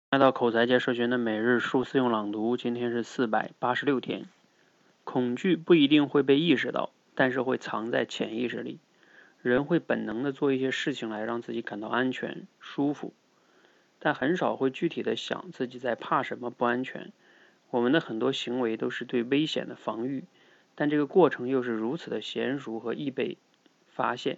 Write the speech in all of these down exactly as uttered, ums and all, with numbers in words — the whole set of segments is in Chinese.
来到口才界社群的每日数次用朗读，今天是四百八十六天。恐惧不一定会被意识到，但是会藏在潜意识里。人会本能的做一些事情来让自己感到安全、舒服，但很少会具体的想自己在怕什么不安全。我们的很多行为都是对危险的防御，但这个过程又是如此的娴熟和易被发现。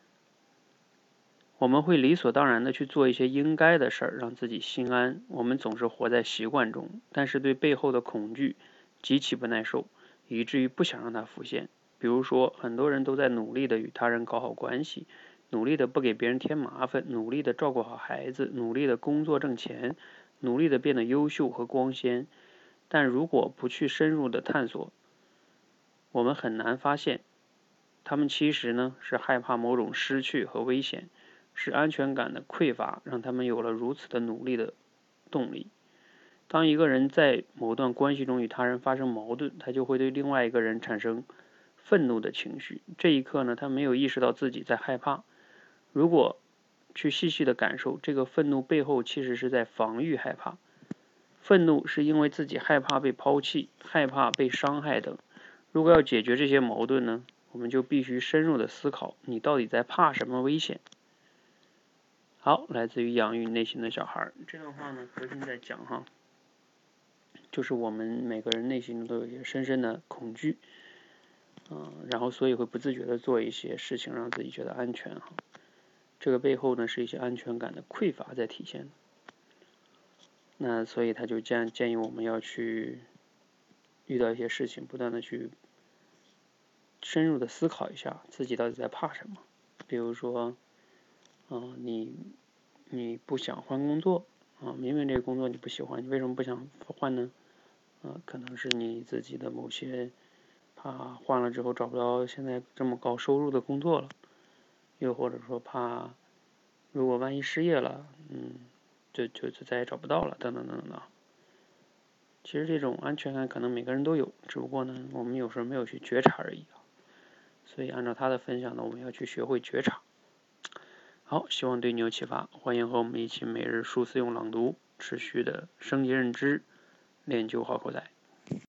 我们会理所当然的去做一些应该的事儿，让自己心安。我们总是活在习惯中，但是对背后的恐惧极其不耐受，以至于不想让它浮现。比如说，很多人都在努力的与他人搞好关系，努力的不给别人添麻烦，努力的照顾好孩子，努力的工作挣钱，努力的变得优秀和光鲜。但如果不去深入的探索，我们很难发现，他们其实呢是害怕某种失去和危险。是安全感的匮乏让他们有了如此的努力的动力。当一个人在某段关系中与他人发生矛盾，他就会对另外一个人产生愤怒的情绪。这一刻呢，他没有意识到自己在害怕。如果去细细的感受，这个愤怒背后其实是在防御害怕。愤怒是因为自己害怕被抛弃，害怕被伤害等。如果要解决这些矛盾呢，我们就必须深入的思考，你到底在怕什么危险。好，来自于养育内心的小孩。这段话呢，核心在讲哈，就是我们每个人内心都有一些深深的恐惧，嗯，然后所以会不自觉的做一些事情，让自己觉得安全哈。这个背后呢，是一些安全感的匮乏在体现。那所以他就建建议我们要去遇到一些事情，不断的去深入的思考一下自己到底在怕什么。比如说，嗯，你你不想换工作啊？明明这个工作你不喜欢，你为什么不想换呢？啊，可能是你自己的某些怕换了之后找不到现在这么高收入的工作了，又或者说怕如果万一失业了，嗯，就就就再也找不到了，等等等等。其实这种安全感可能每个人都有，只不过呢，我们有时候没有去觉察而已。所以按照他的分享呢，我们要去学会觉察。好，希望对你有启发。欢迎和我们一起每日数次用朗读，持续的升级认知，练就好口才。